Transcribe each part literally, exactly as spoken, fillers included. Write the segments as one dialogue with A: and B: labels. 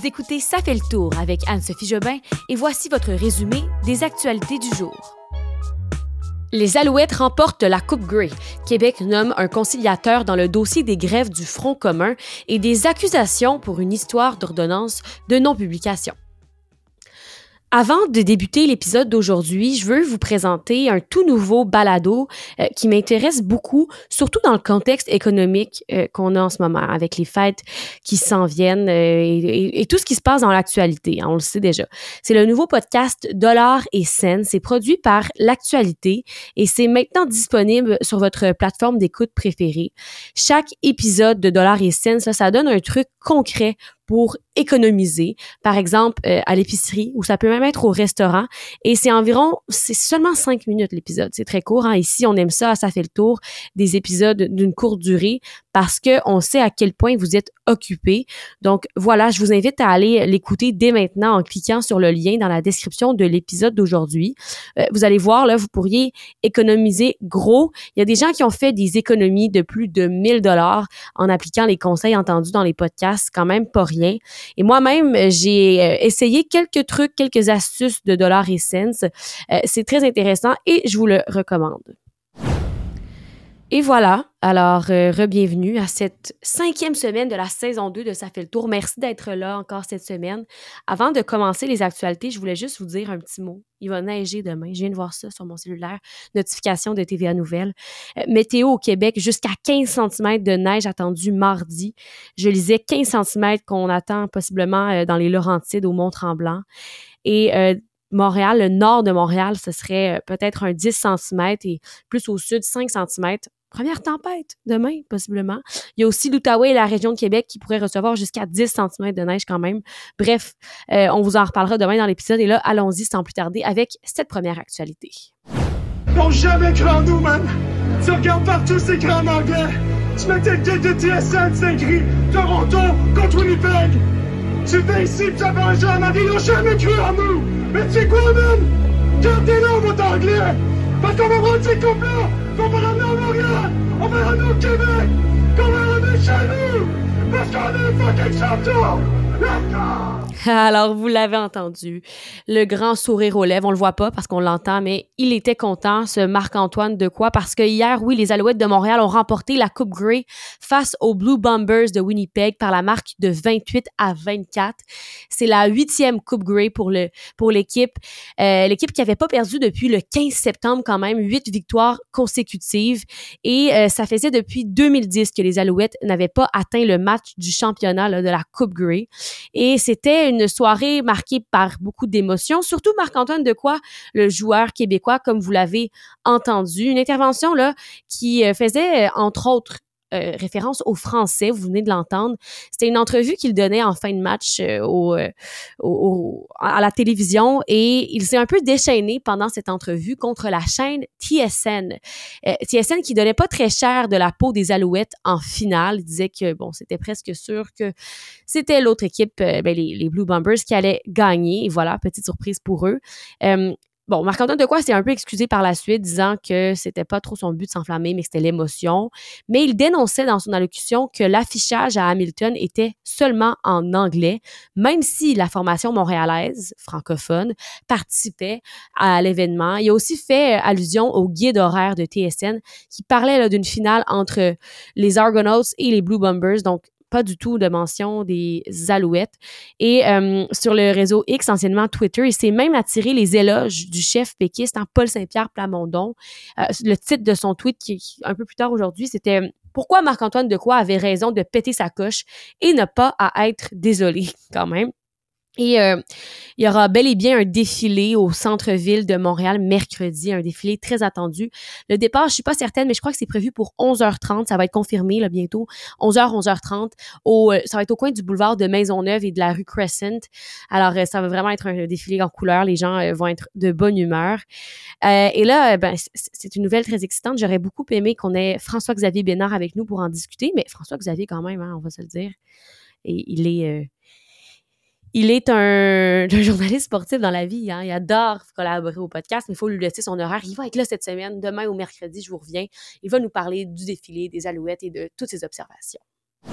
A: Vous écoutez Ça fait le tour avec Anne-Sophie Jobin et voici votre résumé des actualités du jour. Les Alouettes remportent la Coupe Grey. Québec nomme un conciliateur dans le dossier des grèves du Front commun et des accusations pour une histoire d'ordonnance de non-publication. Avant de débuter l'épisode d'aujourd'hui, je veux vous présenter un tout nouveau balado euh, qui m'intéresse beaucoup, surtout dans le contexte économique euh, qu'on a en ce moment, avec les fêtes qui s'en viennent euh, et, et, et tout ce qui se passe dans l'actualité, hein, on le sait déjà. C'est le nouveau podcast Dollars et Cents. C'est produit par l'Actualité et c'est maintenant disponible sur votre plateforme d'écoute préférée. Chaque épisode de Dollars et Cents, ça, ça donne un truc concret pour économiser, par exemple euh, à l'épicerie ou ça peut même être au restaurant et c'est environ, c'est seulement cinq minutes l'épisode, c'est très court, hein? Ici on aime ça, ça fait le tour des épisodes d'une courte durée parce que on sait à quel point vous êtes occupé. Donc voilà, je vous invite à aller l'écouter dès maintenant en cliquant sur le lien dans la description de l'épisode d'aujourd'hui. Euh, vous allez voir, là, vous pourriez économiser gros. Il y a des gens qui ont fait des économies de plus de mille dollars en appliquant les conseils entendus dans les podcasts, quand même pas rien. Et moi-même, j'ai essayé quelques trucs, quelques astuces de Dollars et Cents. Euh, c'est très intéressant et je vous le recommande. Et voilà, alors euh, re-bienvenue à cette cinquième semaine de la saison deux de Ça fait le tour. Merci d'être là encore cette semaine. Avant de commencer les actualités, je voulais juste vous dire un petit mot. Il va neiger demain. Je viens de voir ça sur mon cellulaire. Notification de T V A Nouvelles. Euh, météo au Québec, jusqu'à quinze centimètres de neige attendue mardi. Je lisais quinze centimètres qu'on attend possiblement euh, dans les Laurentides au Mont-Tremblant. Et euh, Montréal, le nord de Montréal, ce serait euh, peut-être un dix centimètres et plus au sud, cinq centimètres. Première tempête, demain, possiblement. Il y a aussi l'Outaouais et la région de Québec qui pourraient recevoir jusqu'à dix centimètres de neige quand même. Bref, euh, on vous en reparlera demain dans l'épisode. Et là, allons-y sans plus tarder avec cette première actualité.
B: Ils n'ont jamais cru en nous, man! Tu regardes partout, c'est écrit en anglais. Tu mets tes guides de T S N, c'est écrit Toronto contre Winnipeg. Tu viens ici, tu as un jeune, ils n'ont jamais cru en nous! Mais tu sais quoi, man? Gardez-le, votre anglais! Parce qu'on va prendre ces coupes-là, qu'on va ramener à Montréal, on va ramener au Québec, qu'on va ramener chez nous, parce qu'on est fucking champions! Let's go!
A: Alors, vous l'avez entendu, le grand sourire aux lèvres, on le voit pas parce qu'on l'entend, mais il était content, ce Marc-Antoine Dequoy, parce que hier, oui, les Alouettes de Montréal ont remporté la Coupe Grey face aux Blue Bombers de Winnipeg par la marque de vingt-huit à vingt-quatre. C'est la huitième Coupe Grey pour le pour l'équipe, euh, l'équipe qui avait pas perdu depuis le quinze septembre quand même, huit victoires consécutives et euh, ça faisait depuis deux mille dix que les Alouettes n'avaient pas atteint le match du championnat là, de la Coupe Grey et c'était une soirée marquée par beaucoup d'émotions, surtout Marc-Antoine Dequoy, le joueur québécois, comme vous l'avez entendu. Une intervention là qui faisait, entre autres, Euh, référence au français, vous venez de l'entendre. C'était une entrevue qu'il donnait en fin de match euh, au, euh, au, au, à la télévision et il s'est un peu déchaîné pendant cette entrevue contre la chaîne T S N. Euh, T S N qui donnait pas très cher de la peau des Alouettes en finale. Il disait que bon, c'était presque sûr que c'était l'autre équipe, euh, ben, les, les Blue Bombers qui allait gagner. Et voilà, petite surprise pour eux. Euh, Bon, Marc-Antoine Dequoy s'est un peu excusé par la suite, disant que c'était pas trop son but de s'enflammer, mais que c'était l'émotion. Mais il dénonçait dans son allocution que l'affichage à Hamilton était seulement en anglais, même si la formation montréalaise, francophone, participait à l'événement. Il a aussi fait allusion au guide horaire de T S N qui parlait là, d'une finale entre les Argonauts et les Blue Bombers, donc pas du tout de mention des Alouettes. Et euh, sur le réseau X, anciennement Twitter, il s'est même attiré les éloges du chef péquiste, hein, Paul Saint-Pierre Plamondon. Euh, le titre de son tweet, qui, un peu plus tard aujourd'hui, c'était « Pourquoi Marc-Antoine Dequoy avait raison de péter sa coche et ne pas à être désolé » quand même. Et euh, il y aura bel et bien un défilé au centre-ville de Montréal mercredi, un défilé très attendu. Le départ, je suis pas certaine, mais je crois que c'est prévu pour onze heures trente. Ça va être confirmé là bientôt. onze heures, onze heures trente. Au, euh, ça va être au coin du boulevard de Maisonneuve et de la rue Crescent. Alors, euh, ça va vraiment être un défilé en couleur. Les gens euh, vont être de bonne humeur. Euh, et là, euh, ben, c'est une nouvelle très excitante. J'aurais beaucoup aimé qu'on ait François-Xavier Bénard avec nous pour en discuter, mais François-Xavier quand même, hein, on va se le dire. Et il est... Euh, Il est un, un journaliste sportif dans la vie. Hein. Il adore collaborer au podcast, mais il faut lui laisser son horaire. Il va être là cette semaine. Demain ou mercredi, je vous reviens. Il va nous parler du défilé, des Alouettes et de toutes ses observations.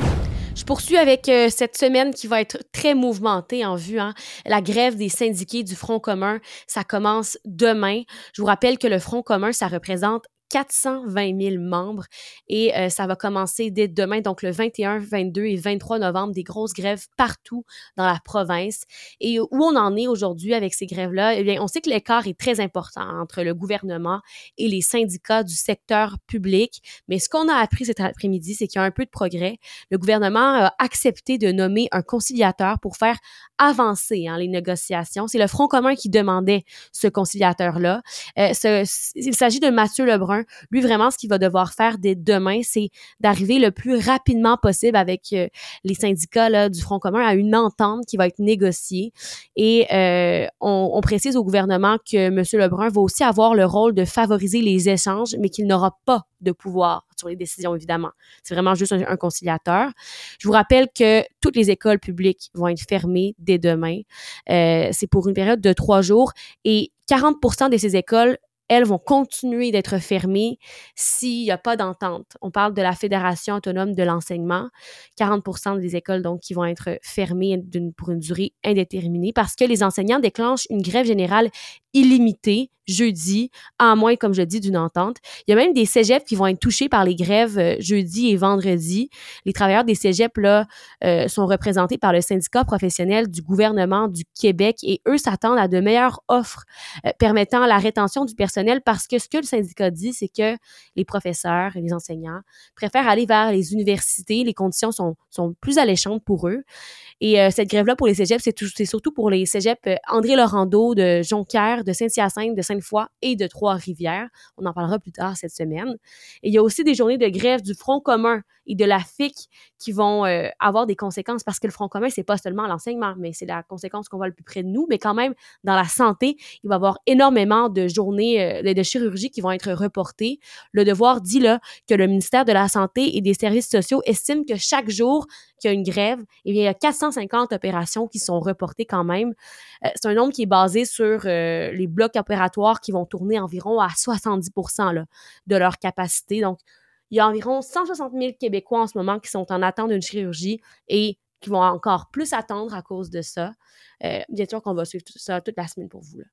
A: Je poursuis avec euh, cette semaine qui va être très mouvementée en vue. Hein. La grève des syndiqués du Front commun, ça commence demain. Je vous rappelle que le Front commun, ça représente quatre cent vingt mille membres et euh, ça va commencer dès demain, donc le vingt et un, vingt-deux et vingt-trois novembre, des grosses grèves partout dans la province. Et où on en est aujourd'hui avec ces grèves-là, eh bien, on sait que l'écart est très important entre le gouvernement et les syndicats du secteur public, mais ce qu'on a appris cet après-midi, c'est qu'il y a un peu de progrès. Le gouvernement a accepté de nommer un conciliateur pour faire avancer hein, les négociations. C'est le Front commun qui demandait ce conciliateur-là. Euh, ce, il s'agit de Mathieu Lebrun. Lui, vraiment, ce qu'il va devoir faire dès demain, c'est d'arriver le plus rapidement possible avec euh, les syndicats là, du Front commun à une entente qui va être négociée. Et euh, on, on précise au gouvernement que M. Lebrun va aussi avoir le rôle de favoriser les échanges, mais qu'il n'aura pas de pouvoir sur les décisions, évidemment. C'est vraiment juste un, un conciliateur. Je vous rappelle que toutes les écoles publiques vont être fermées dès demain. Euh, c'est pour une période de trois jours et quarante pour cent de ces écoles, elles vont continuer d'être fermées s'il n'y a pas d'entente. On parle de la Fédération autonome de l'enseignement. quarante pour cent des écoles, donc, qui vont être fermées d'une, pour une durée indéterminée parce que les enseignants déclenchent une grève générale illimitée jeudi, à moins, comme je dis, d'une entente. Il y a même des cégeps qui vont être touchés par les grèves euh, jeudi et vendredi. Les travailleurs des cégeps, là, euh, sont représentés par le syndicat professionnel du gouvernement du Québec et eux s'attendent à de meilleures offres euh, permettant la rétention du personnel parce que ce que le syndicat dit, c'est que les professeurs et les enseignants préfèrent aller vers les universités. Les conditions sont, sont plus alléchantes pour eux. Et euh, cette grève-là pour les cégeps, c'est, tout, c'est surtout pour les cégeps euh, André Laurando de Jonquière, de Saint-Hyacinthe, de Sainte-Foy et de Trois-Rivières. On en parlera plus tard cette semaine. Et il y a aussi des journées de grève du Front commun et de la F I C qui vont euh, avoir des conséquences parce que le Front commun, c'est pas seulement l'enseignement, mais c'est la conséquence qu'on voit le plus près de nous. Mais quand même, dans la santé, il va y avoir énormément de journées euh, de, de chirurgie qui vont être reportées. Le Devoir dit là que le ministère de la Santé et des Services sociaux estime que chaque jour qu'il y a une grève, eh bien, il y a quatre cent cinquante opérations qui sont reportées quand même. Euh, c'est un nombre qui est basé sur euh, les blocs opératoires qui vont tourner environ à soixante-dix pour cent là, de leur capacité. Donc, il y a environ cent soixante mille Québécois en ce moment qui sont en attente d'une chirurgie et qui vont encore plus attendre à cause de ça. Euh, bien sûr qu'on va suivre tout ça toute la semaine pour vous, là.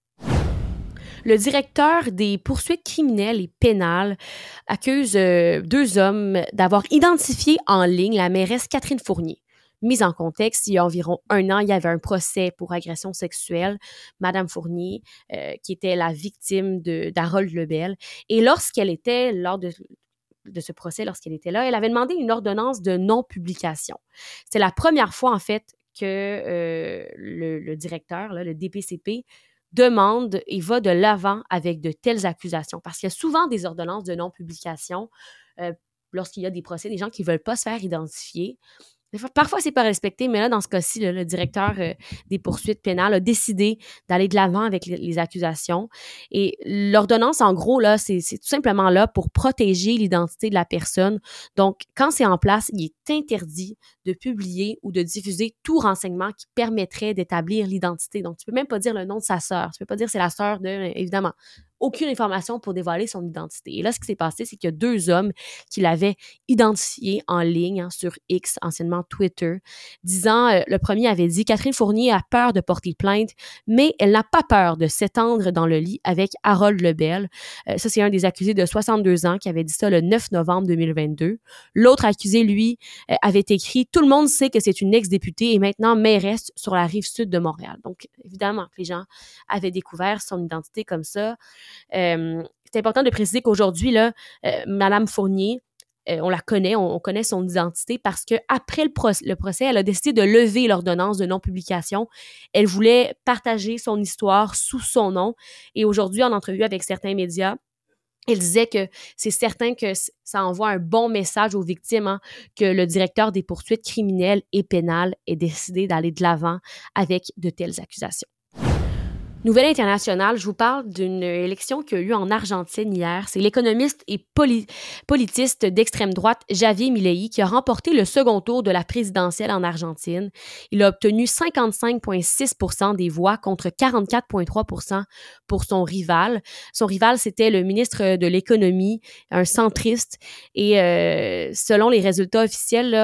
A: Le directeur des poursuites criminelles et pénales accuse euh, deux hommes d'avoir identifié en ligne la mairesse Catherine Fournier. Mise en contexte, il y a environ un an, il y avait un procès pour agression sexuelle. Madame Fournier, euh, qui était la victime de, d'Harold Lebel. Et lorsqu'elle était, lors de, de ce procès, lorsqu'elle était là, elle avait demandé une ordonnance de non-publication. C'est la première fois, en fait, que euh, le, le directeur, là, le D P C P, demande et va de l'avant avec de telles accusations. Parce qu'il y a souvent des ordonnances de non-publication euh, lorsqu'il y a des procès, des gens qui ne veulent pas se faire identifier. Parfois, c'est pas respecté, mais là, dans ce cas-ci, là, le directeur euh, des poursuites pénales a décidé d'aller de l'avant avec les, les accusations. Et l'ordonnance, en gros, là, c'est, c'est tout simplement là pour protéger l'identité de la personne. Donc, quand c'est en place, il est interdit de publier ou de diffuser tout renseignement qui permettrait d'établir l'identité. Donc, tu peux même pas dire le nom de sa sœur. Tu peux pas dire c'est la sœur de, évidemment, aucune information pour dévoiler son identité. Et là, ce qui s'est passé, c'est qu'il y a deux hommes qui l'avaient identifié en ligne hein, sur X, anciennement Twitter, disant, euh, le premier avait dit « Catherine Fournier a peur de porter plainte, mais elle n'a pas peur de s'étendre dans le lit avec Harold Lebel. Euh, » Ça, c'est un des accusés de soixante-deux ans qui avait dit ça le neuf novembre deux mille vingt-deux. L'autre accusé, lui, euh, avait écrit « Tout le monde sait que c'est une ex-députée et maintenant mairesse sur la rive sud de Montréal. » Donc, évidemment, les gens avaient découvert son identité comme ça. Euh, c'est important de préciser qu'aujourd'hui, là, euh, Madame Fournier, euh, on la connaît, on, on connaît son identité parce qu'après le, pro- le procès, elle a décidé de lever l'ordonnance de non-publication. Elle voulait partager son histoire sous son nom. Et aujourd'hui, en entrevue avec certains médias, elle disait que c'est certain que ça envoie un bon message aux victimes, hein, que le directeur des poursuites criminelles et pénales ait décidé d'aller de l'avant avec de telles accusations. Nouvelle internationale, je vous parle d'une élection qui a eu lieu en Argentine hier. C'est l'économiste et poli- politiste d'extrême droite Javier Milei qui a remporté le second tour de la présidentielle en Argentine. Il a obtenu cinquante-cinq virgule six pour cent des voix contre quarante-quatre virgule trois pour cent pour son rival. Son rival, c'était le ministre de l'économie, un centriste. Et euh, selon les résultats officiels, là,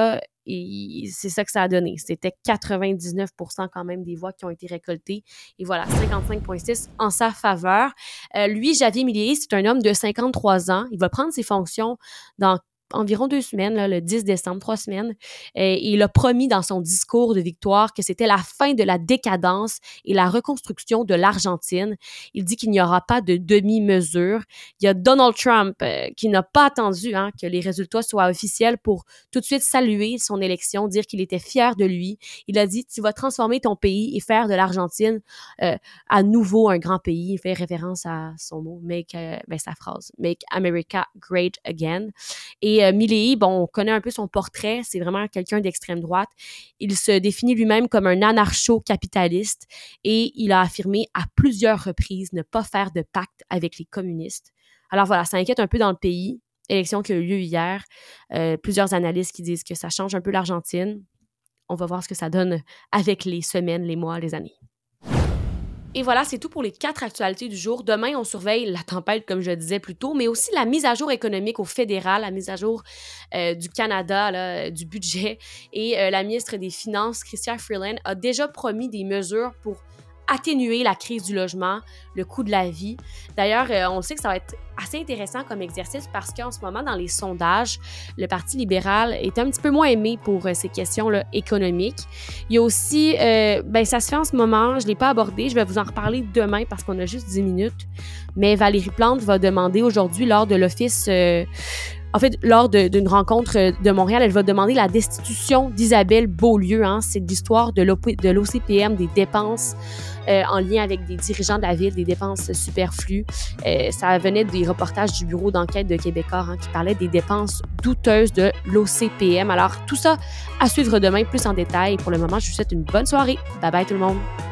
A: Et c'est ça que ça a donné. C'était quatre-vingt-dix-neuf pour cent quand même des voix qui ont été récoltées. Et voilà, cinquante-cinq virgule six en sa faveur. Euh, lui, Javier Milei, c'est un homme de cinquante-trois ans. Il va prendre ses fonctions dans environ deux semaines, là, le dix décembre, trois semaines. Et il a promis dans son discours de victoire que c'était la fin de la décadence et la reconstruction de l'Argentine. Il dit qu'il n'y aura pas de demi-mesure. Il y a Donald Trump euh, qui n'a pas attendu hein, que les résultats soient officiels pour tout de suite saluer son élection, dire qu'il était fier de lui. Il a dit « Tu vas transformer ton pays et faire de l'Argentine euh, à nouveau un grand pays. » Il fait référence à son mot, make, euh, ben, sa phrase « Make America Great Again ». Et euh, Milei, bon, on connaît un peu son portrait, c'est vraiment quelqu'un d'extrême droite. Il se définit lui-même comme un anarcho-capitaliste et il a affirmé à plusieurs reprises ne pas faire de pacte avec les communistes. Alors voilà, ça inquiète un peu dans le pays. Élection qui a eu lieu hier. Euh, plusieurs analystes qui disent que ça change un peu l'Argentine. On va voir ce que ça donne avec les semaines, les mois, les années. Et voilà, c'est tout pour les quatre actualités du jour. Demain, on surveille la tempête, comme je le disais plus tôt, mais aussi la mise à jour économique au fédéral, la mise à jour euh, du Canada, là, du budget. Et euh, la ministre des Finances, Chrystia Freeland, a déjà promis des mesures pour atténuer la crise du logement, le coût de la vie. D'ailleurs, euh, on sait que ça va être assez intéressant comme exercice parce qu'en ce moment, dans les sondages, le Parti libéral est un petit peu moins aimé pour euh, ces questions-là économiques. Il y a aussi, euh, ben ça se fait en ce moment, je ne l'ai pas abordé, je vais vous en reparler demain parce qu'on a juste dix minutes, mais Valérie Plante va demander aujourd'hui lors de l'office... Euh, En fait, lors de, d'une rencontre de Montréal, elle va demander la destitution d'Isabelle Beaulieu. Hein. C'est l'histoire de, l'O P, de l'O C P M, des dépenses euh, en lien avec des dirigeants de la ville, des dépenses superflues. Euh, ça venait des reportages du bureau d'enquête de Québécois hein, qui parlaient des dépenses douteuses de l'O C P M. Alors, tout ça à suivre demain plus en détail. Pour le moment, je vous souhaite une bonne soirée. Bye bye tout le monde.